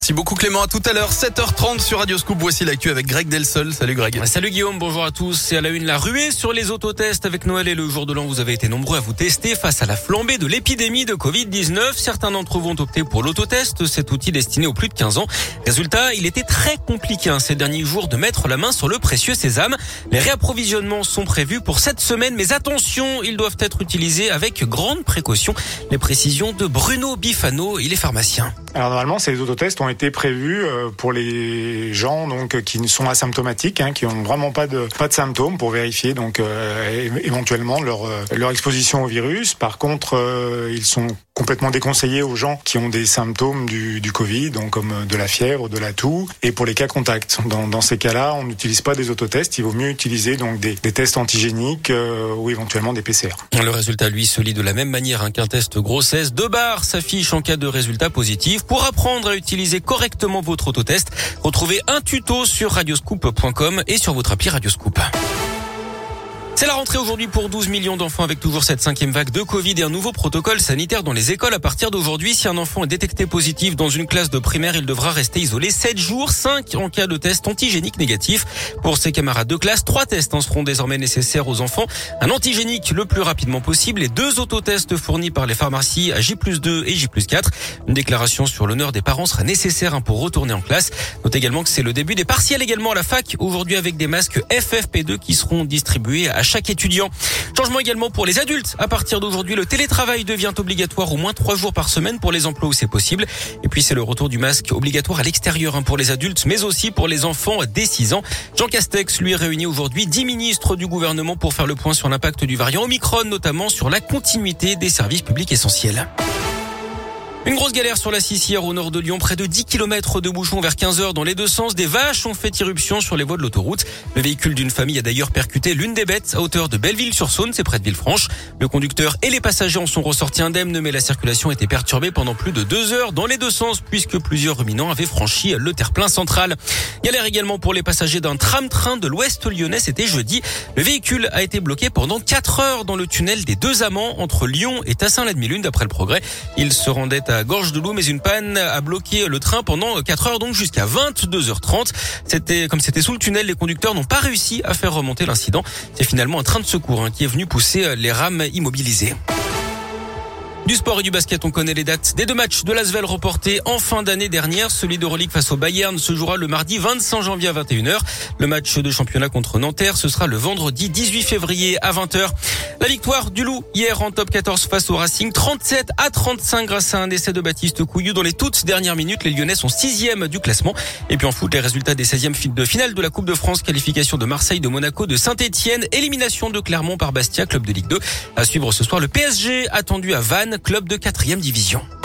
Merci beaucoup Clément, à tout à l'heure, 7h30 sur Radio Scoop. Voici l'actu avec Greg Delsol. Salut Greg. Salut Guillaume, bonjour à tous. C'est à la une la ruée sur les autotests. Avec Noël et le jour de l'an, vous avez été nombreux à vous tester face à la flambée de l'épidémie de Covid-19. Certains d'entre vous ont opté pour l'autotest, cet outil destiné aux plus de 15 ans. Résultat, il était très compliqué ces derniers jours de mettre la main sur le précieux sésame. Les réapprovisionnements sont prévus pour cette semaine, mais attention, ils doivent être utilisés avec grande précaution. Les précisions de Bruno Bifano, il est pharmacien. Alors normalement, ces autotests ont été prévus pour les gens qui sont asymptomatiques, qui ont vraiment pas de symptômes, pour vérifier éventuellement leur exposition au virus. Par contre, ils sont complètement déconseillés aux gens qui ont des symptômes du Covid, donc comme de la fièvre, de la toux, et pour les cas contacts. Dans ces cas-là, on n'utilise pas des autotests, il vaut mieux utiliser des tests antigéniques ou éventuellement des PCR. Le résultat, lui, se lit de la même manière qu'un test grossesse. 2 barres s'affichent en cas de résultat positif. Pour apprendre à utiliser correctement votre autotest, retrouvez un tuto sur radioscoop.com et sur votre appli Radioscoop. C'est la rentrée aujourd'hui pour 12 millions d'enfants avec toujours cette 5e vague de Covid et un nouveau protocole sanitaire dans les écoles à partir d'aujourd'hui. Si un enfant est détecté positif dans une classe de primaire, il devra rester isolé 7 jours, 5 en cas de test antigénique négatif. Pour ses camarades de classe, 3 tests seront désormais nécessaires aux enfants. Un antigénique le plus rapidement possible et 2 autotests fournis par les pharmacies à J+2 et J+4. Une déclaration sur l'honneur des parents sera nécessaire pour retourner en classe. Notez également que c'est le début des partiels également à la fac aujourd'hui avec des masques FFP2 qui seront distribués à chaque étudiant. Changement également pour les adultes. À partir d'aujourd'hui, le télétravail devient obligatoire au moins 3 jours par semaine pour les emplois où c'est possible. Et puis c'est le retour du masque obligatoire à l'extérieur pour les adultes, mais aussi pour les enfants dès 6 ans. Jean Castex lui réunit aujourd'hui 10 ministres du gouvernement pour faire le point sur l'impact du variant Omicron, notamment sur la continuité des services publics essentiels. Une grosse galère sur la 6 hier au nord de Lyon, près de 10 km de bouchons vers 15h dans les deux sens. Des vaches ont fait irruption sur les voies de l'autoroute. Le véhicule d'une famille a d'ailleurs percuté l'une des bêtes à hauteur de Belleville-sur-Saône, c'est près de Villefranche. Le conducteur et les passagers en sont ressortis indemnes, mais la circulation était perturbée pendant plus de 2 heures dans les deux sens puisque plusieurs ruminants avaient franchi le terre-plein central. Galère également pour les passagers d'un tram-train de l'ouest lyonnais, c'était jeudi. Le véhicule a été bloqué pendant 4 heures dans le tunnel des Deux Amants entre Lyon et Tassin-la-Demi-Lune d'après le Progrès. Il se rendait à Gorge-de-Loup, mais une panne a bloqué le train pendant 4 heures, donc jusqu'à 22h30. C'était sous le tunnel, les conducteurs n'ont pas réussi à faire remonter l'incident. C'est finalement un train de secours qui est venu pousser les rames immobilisées. Du sport et du basket, on connaît les dates des 2 matchs de l'Asvel reportés en fin d'année dernière. Celui d'Euroleague face au Bayern se jouera le mardi 25 janvier à 21h. Le match de championnat contre Nanterre, ce sera le vendredi 18 février à 20h. La victoire du Loup hier en top 14 face au Racing, 37-35 grâce à un essai de Baptiste Couillou. Dans les toutes dernières minutes, les Lyonnais sont 6e du classement. Et puis en foot, les résultats des 16e de finale de la Coupe de France, qualification de Marseille, de Monaco, de Saint-Etienne, élimination de Clermont par Bastia, club de Ligue 2. À suivre ce soir, le PSG attendu à Vannes, club de 4e division.